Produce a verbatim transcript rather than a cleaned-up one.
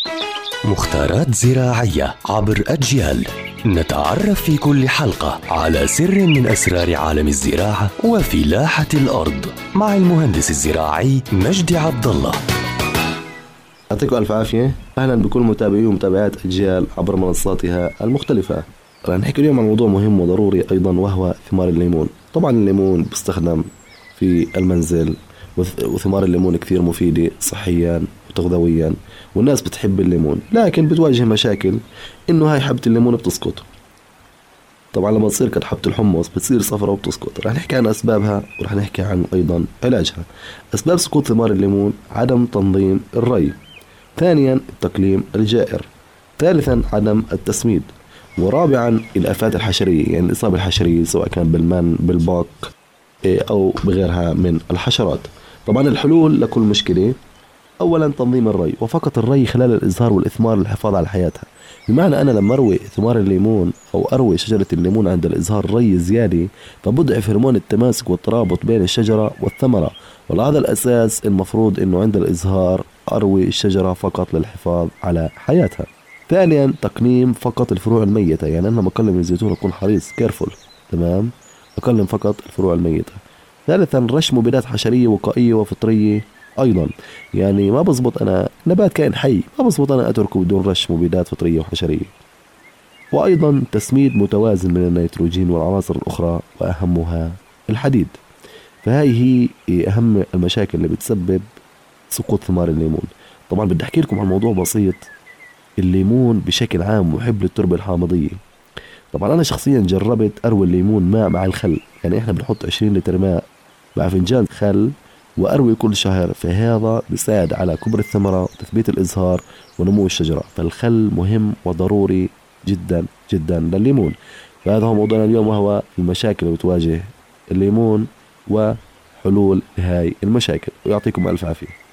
مختارات زراعية عبر أجيال، نتعرف في كل حلقة على سر من أسرار عالم الزراعة وفلاحة الأرض مع المهندس الزراعي مجدي عبد الله. يعطيكم ألف عافية. أهلا بكل متابعي ومتابعات أجيال عبر منصاتها المختلفة. رح نحكي اليوم عن موضوع مهم وضروري أيضا، وهو ثمار الليمون. طبعا الليمون بيستخدم في المنزل، وثمار الليمون كثير مفيدة صحيا وتغذويا، والناس بتحب الليمون، لكن بتواجه مشاكل إنه هاي حبة الليمون بتسقط. طبعا لما تصير كحبة الحمص بتصير صفرة وبتسقط. رح نحكي عن أسبابها ورح نحكي عن أيضا علاجها. أسباب سقوط ثمار الليمون: عدم تنظيم الري، ثانيا التقليم الجائر، ثالثا عدم التسميد، ورابعا الآفات الحشرية، يعني الإصابة الحشرية سواء كان بالمن بالباق أو بغيرها من الحشرات. طبعا الحلول لكل مشكلة: أولا تنظيم الري، وفقط الري خلال الإزهار والإثمار للحفاظ على حياتها. بمعنى أنا لما أروي ثمار الليمون أو أروي شجرة الليمون عند الإزهار ري زيادة، فبضعف هرمون التماسك والترابط بين الشجرة والثمرة، وهذا الأساس المفروض أنه عند الإزهار أروي الشجرة فقط للحفاظ على حياتها. ثانيا تقليم فقط الفروع الميتة، يعني أنا بقلم الزيتون أكون حريص كيرفول، تمام، أقلم فقط الفروع الميتة. ثالثا رش مبيدات حشرية وقائية وفطرية أيضا، يعني ما بزبط أنا نبات كائن حي ما بزبط أنا أتركه بدون رش مبيدات فطرية وحشرية. وأيضا تسميد متوازن من النيتروجين والعناصر الأخرى، وأهمها الحديد. فهاي هي أهم المشاكل اللي بتسبب سقوط ثمار الليمون. طبعا بدي أحكي لكم عن موضوع بسيط. الليمون بشكل عام محب للتربة الحامضية. طبعا أنا شخصيا جربت أروي الليمون ماء مع الخل، يعني إحنا بنحط عشرين لتر ماء مع فنجان خل وأروي كل شهر، فهذا بيساعد على كبر الثمرة وتثبيت الإزهار ونمو الشجرة. فالخل مهم وضروري جدا جدا للليمون. فهذا هو موضوعنا اليوم، وهو المشاكل اللي بتواجه الليمون وحلول لهاي المشاكل. ويعطيكم ألف عافية.